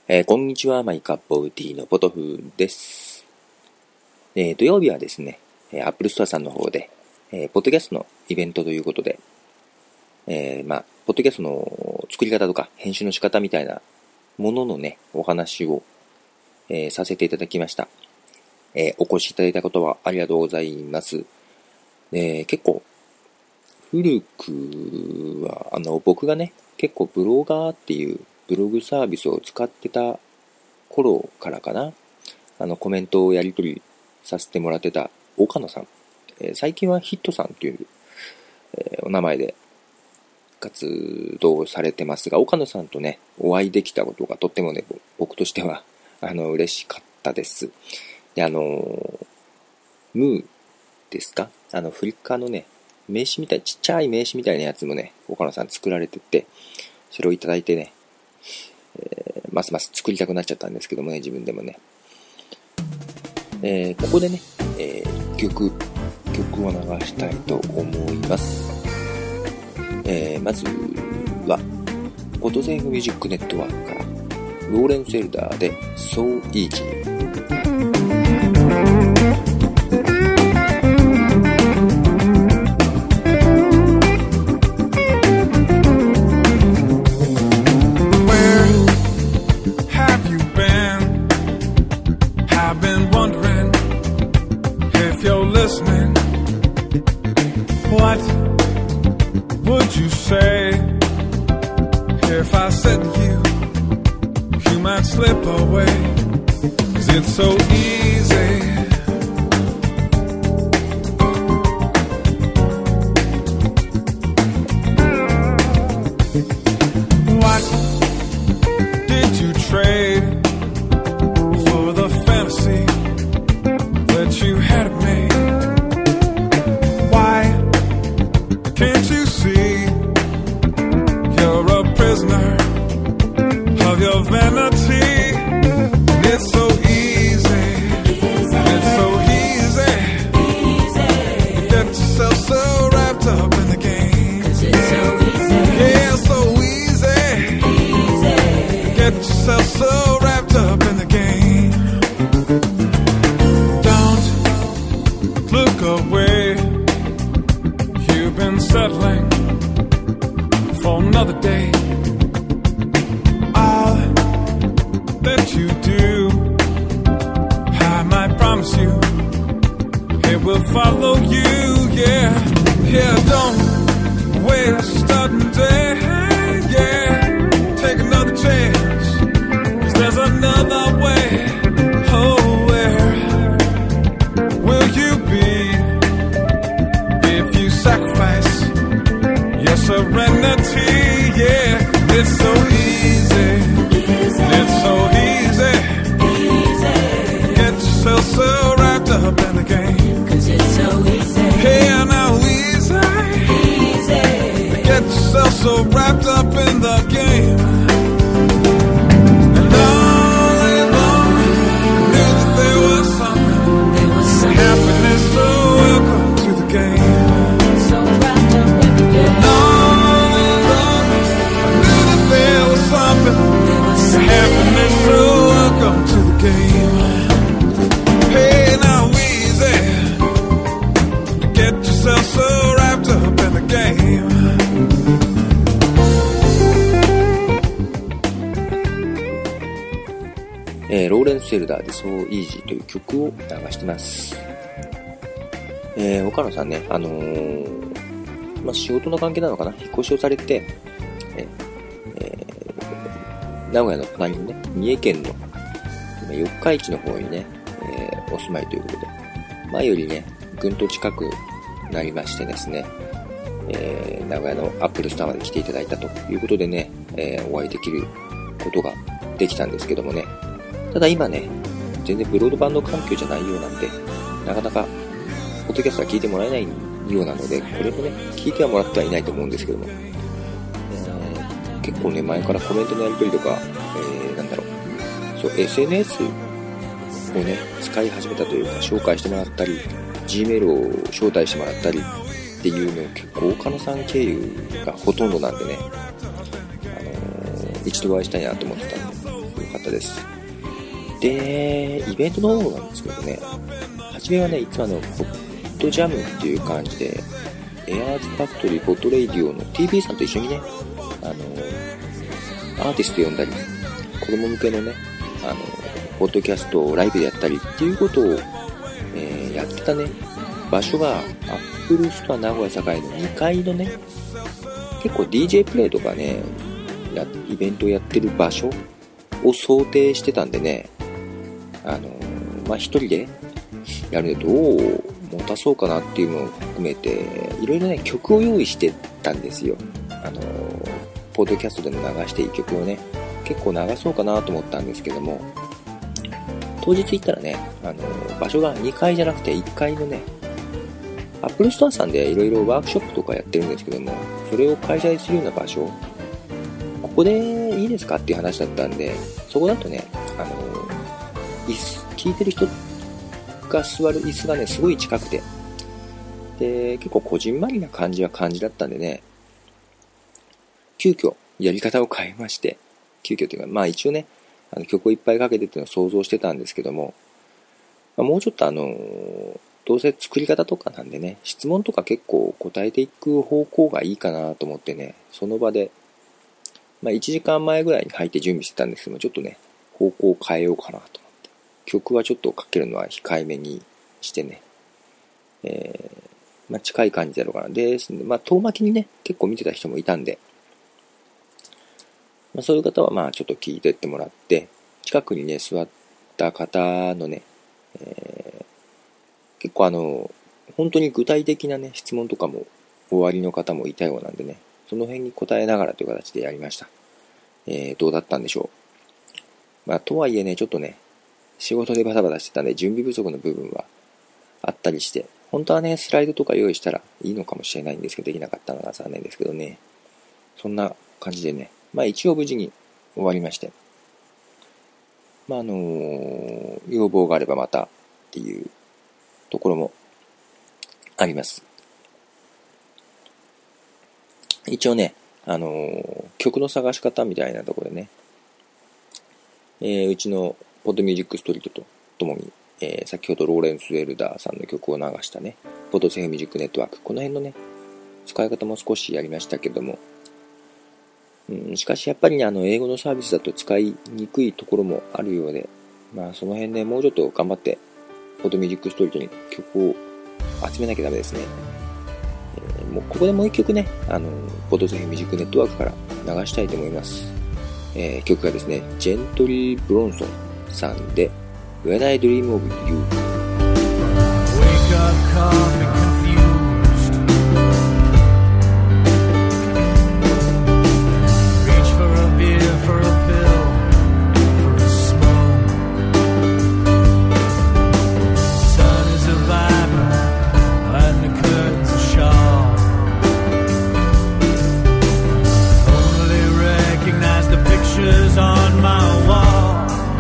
こんにちは、マイカップオブティーのポトフです。土曜日はですね、Apple Store さんの方で、ポッドキャストのイベントということで、ポッドキャストの作り方とか編集の仕方みたいなもののね、お話を、させていただきました。お越しいただいたことはありがとうございます。結構、古くは、僕がね、結構ブロガーっていうブログサービスを使ってた頃からかな、コメントをやり取りさせてもらってた岡野さん、最近はヒットさんという、お名前で活動されてますが、岡野さんとね、お会いできたことがとってもね、僕としては嬉しかったです。で、ムーですか、フリッカーのね、名刺みたい、ちっちゃい名刺みたいなやつもね、岡野さん作られてて、それをいただいてね、ますます作りたくなっちゃったんですけどもね、自分でもね。ここでね、曲を流したいと思います。まずは、フォトセーフミュージックネットワークから、ローレンス・エルダーで So Easy。 What would you say if I said to you, you might slip away, 'cause it's so easy. What did you trade for the fantasy that you had of me? Can't you see you're a prisoner of your vanity? It's so easy, it's so easy. Get yourself so wrapped up in the game, 'cause it's so easy. Yeah, so easy. Get yourself so wrapped up in the game. Don't look away, you've been settling for another day. All that you do, I might promise you, it will follow you, yeah. Yeah, don't waste a day, yeah. Take another chance, 'cause there's another way. Oh, where will you be if you sacrifice your serenity? Yeah, it's so easy, it's so easy. Get yourself so wrapped up in the game, 'cause it's so easy. Hey, now easy. Get yourself so wrapped up in the game. And all day long, knew that there was something, happiness, so welcome to the game. Happiness, so welcome to the game. Hey, now easy. Get yourself so wrapped up in the game. ローレンス・エルダーで So Easy という曲を流してます。岡野さんね、仕事の関係なのかな、引っ越しをされて、名古屋の隣のね、三重県の四日市の方にね、お住まいということで、前よりね、ぐんと近くなりましてですね、名古屋のアップルスターまで来ていただいたということでね、お会いできることができたんですけどもね、ただ今ね、全然ブロードバンド環境じゃないようなんで、なかなかポッドキャストは聞いてもらえないようなので、これもね、聞いてはもらってはいないと思うんですけども、結構ね、前からコメントのやり取りとか、SNS をね、使い始めたというか、紹介してもらったり、Gmail を招待してもらったりっていうの結構岡野さん経由がほとんどなんでね、一度お会いしたいなと思ってたんで、 良かったです。で、イベントの方なんですけどね、初めはね、いつもポッドジャムっていう感じで、エアーズファクトリーポッドレイディオの TV さんと一緒にね、アーティスト呼んだり、子供向けのね、ポッドキャストをライブでやったりっていうことを、やってたね、場所がアップルストア名古屋栄の2階のね、結構 DJ プレイとかね、イベントをやってる場所を想定してたんでね、一人でやるのどう持たそうかなっていうのを含めて、いろいろね、曲を用意してたんですよ。ポッドキャストでも流していい曲をね、結構流そうかなと思ったんですけども、当日行ったらね、場所が2階じゃなくて1階のね、アップルストアさんでいろいろワークショップとかやってるんですけども、それを開催するような場所、ここでいいですかっていう話だったんで、そこだとね、聞いてる人が座る椅子がね、すごい近くて、で、結構こじんまりな感じだったんでね、急遽やり方を変えまして、急遽というか、一応ね、曲をいっぱいかけてっていうのを想像してたんですけども、もうちょっとどうせ作り方とかなんでね、質問とか結構答えていく方向がいいかなと思ってね、その場で、1時間前ぐらいに入って準備してたんですけども、ちょっとね、方向を変えようかなと思って、曲はちょっとかけるのは控えめにしてね、近い感じだろうかな。で、遠巻きにね、結構見てた人もいたんで、そういう方はちょっと聞いてってもらって、近くにね、座った方のね、結構本当に具体的なね、質問とかもおありの方もいたようなんでね、その辺に答えながらという形でやりました。どうだったんでしょう。とはいえね、ちょっとね、仕事でバタバタしてたんで、準備不足の部分はあったりして、本当はね、スライドとか用意したらいいのかもしれないんですけど、できなかったのが残念ですけどね。そんな感じでね、一応無事に終わりまして、要望があればまたっていうところもあります。一応ね、曲の探し方みたいなところでね、うちのポッドミュージックストリートとともに、先ほどローレンス・エルダーさんの曲を流したね、ポッドセーフミュージックネットワーク、この辺のね、使い方も少しやりましたけども、しかしやっぱりね、英語のサービスだと使いにくいところもあるようで、その辺ね、もうちょっと頑張って、ポッドミュージックストリートに曲を集めなきゃダメですね。ここでもう一曲ね、ポッドセーフミュージックネットワークから流したいと思います。曲がですね、ジェントリー・ブロンソンさんで、When I Dream of You。 Wake up coffee confused, reach for a beer, for a pill, for a smoke. Sun is a vibrant, and the curtains are sharp. Only recognize the pictures on my wall.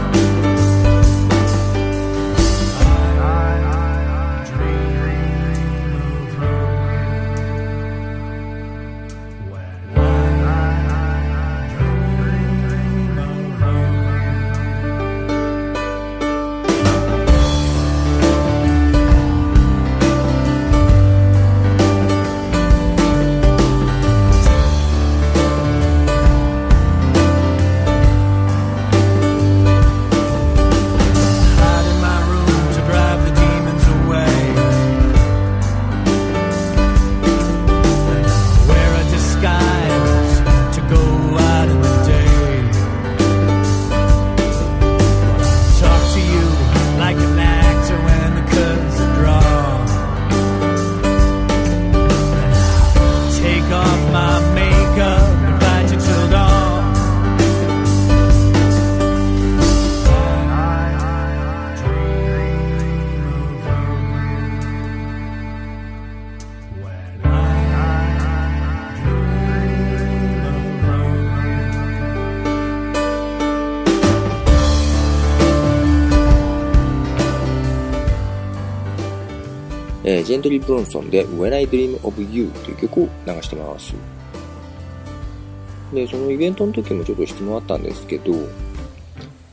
ジェントリー・ブロンソンで When I Dream of You という曲を流してます。で、そのイベントの時もちょっと質問あったんですけど、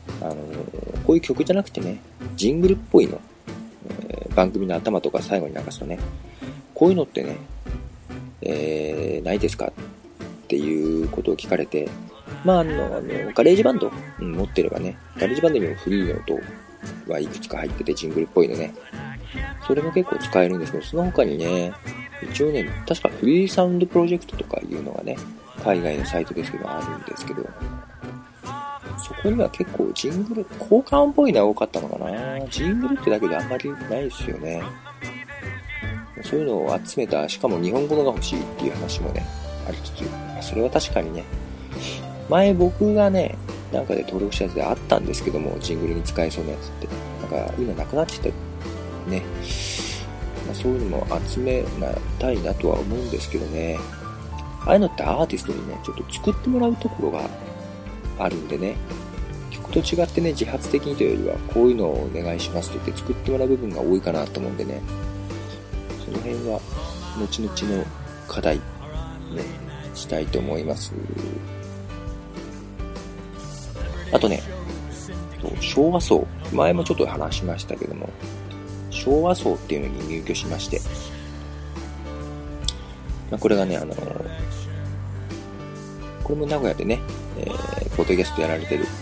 こういう曲じゃなくてね、ジングルっぽいの、番組の頭とか最後に流すとね、こういうのってね、ないですかっていうことを聞かれて、ガレージバンド、持ってればね、ガレージバンドにもフリーの音はいくつか入ってて、ジングルっぽいのね、それも結構使えるんですけど、その他にね、一応ね、確かフリーサウンドプロジェクトとかいうのがね、海外のサイトですけどあるんですけど、そこには結構ジングル、効果音っぽいのは多かったのかな。ジングルってだけであんまりないですよね。そういうのを集めた、しかも日本語のが欲しいっていう話もね、ありつつ、それは確かにね、前僕がね、なんかで登録したやつであったんですけども、ジングルに使えそうなやつって、なんか今なくなっちゃったね。そういうのも集めたいなとは思うんですけどね。ああいうのってアーティストにね、ちょっと作ってもらうところがあるんでね、曲と違ってね、自発的にというよりは、こういうのをお願いしますと言って作ってもらう部分が多いかなと思うんでね、その辺は、後々の課題、ね、したいと思います。あとね、昭和層、前もちょっと話しましたけども、昭和層っていうのに入居しまして、これがね、これも名古屋でね、ポッドキャストやられてる、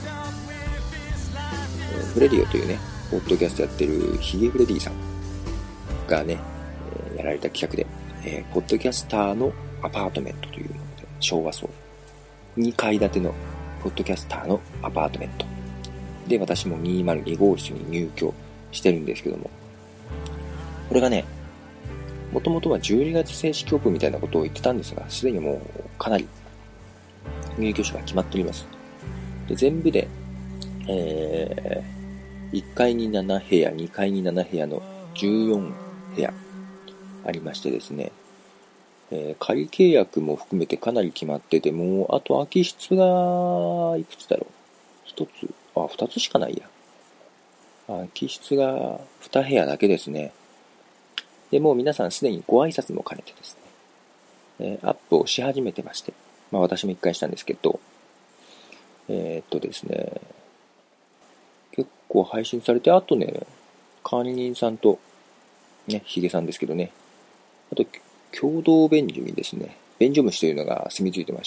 フレディオというね、ポッドキャストやってるヒゲフレディさんがね、やられた企画で、ポッドキャスターのアパートメントというので、昭和層。2階建てのポッドキャスターのアパートメント。で、私も202号室に入居してるんですけども、これがね、もともとは12月正式オープンみたいなことを言ってたんですが、すでにもうかなり入居者が決まっております。で、全部で、1階に7部屋、2階に7部屋の14部屋ありましてですね、仮契約も含めてかなり決まってて、もうあと空き室がいくつだろう、2つしかないや。空き室が2部屋だけですね。で、もう皆さんすでにご挨拶も兼ねてですね、アップをし始めてまして、私も1回したんですけど、ですね、結構配信されて、あとね、管理人さんと、ね、ヒゲさんですけどね、あと、共同便所にですね、便所虫というのが住み着いてまして、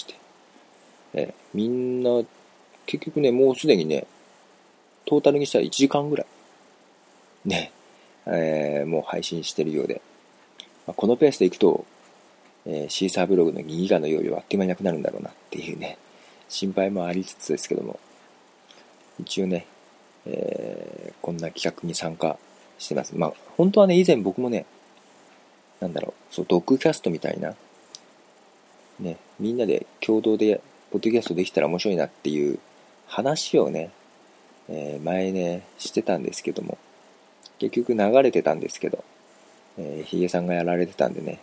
みんな、結局ね、もうすでにね、トータルにしたら1時間ぐらい、ね、もう配信してるようで、このペースでいくと、シーサーブログの2ギガの容量はあっという間になくなるんだろうなっていうね、心配もありつつですけども、一応ね、こんな企画に参加してます。本当はね、以前僕もね、ドッグキャストみたいな、ね、みんなで共同でポッドキャストできたら面白いなっていう話をね、前ね、してたんですけども、結局流れてたんですけど、ヒゲさんがやられてたんでね、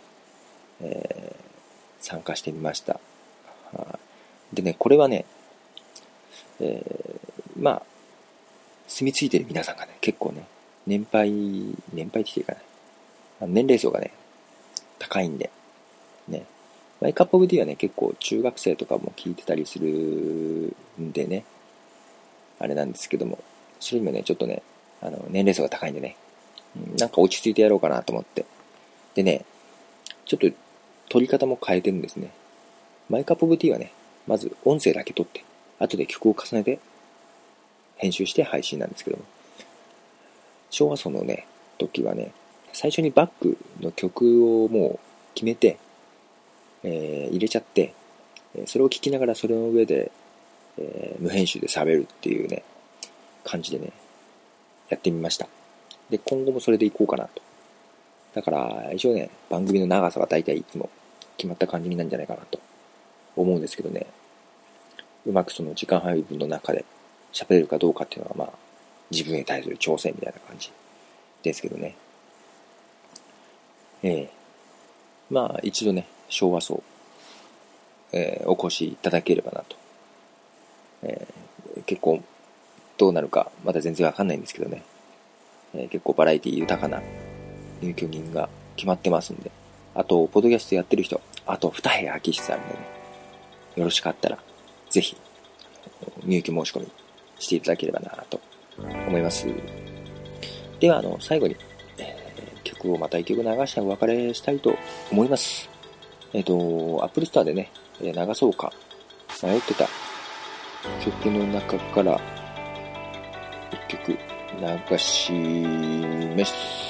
参加してみました。でね、これはね、住み着いてる皆さんがね、結構ね、年配っていうかね、年齢層がね、高いんで、ね、マイカップオブティーはね、結構中学生とかも聞いてたりするんでね、あれなんですけども、それにもね、ちょっとね、年齢層が高いんでね、なんか落ち着いてやろうかなと思って。でね、ちょっと撮り方も変えてるんですね。マイカップオブティーはね、まず音声だけ撮って、後で曲を重ねて、編集して配信なんですけども、昭和層のね、時はね、最初にバックの曲をもう決めて、入れちゃって、それを聴きながらそれの上で、無編集で喋るっていうね、感じでね、やってみました。で、今後もそれでいこうかなと。だから、一応ね、番組の長さは大体いつも決まった感じになるんじゃないかなと思うんですけどね、うまくその時間配分の中で喋れるかどうかっていうのは自分に対する挑戦みたいな感じですけどね。一度ね、昭和層、お越しいただければなと。結構どうなるかまだ全然わかんないんですけどね、結構バラエティ豊かな入居人が決まってますんで、あとポッドキャストやってる人、あと2部屋空き室あるんでね、よろしかったらぜひ入居申し込みしていただければなと思います。では、最後に、曲をまた一曲流してお別れしたいと思います。Apple Store でね、流そうか迷ってた曲の中から一曲流します。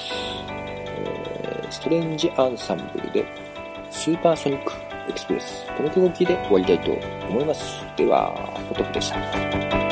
ストレンジアンサンブルでスーパーソニックエクスプレス、この曲を聴いて終わりたいと思います。では、ポトフでした。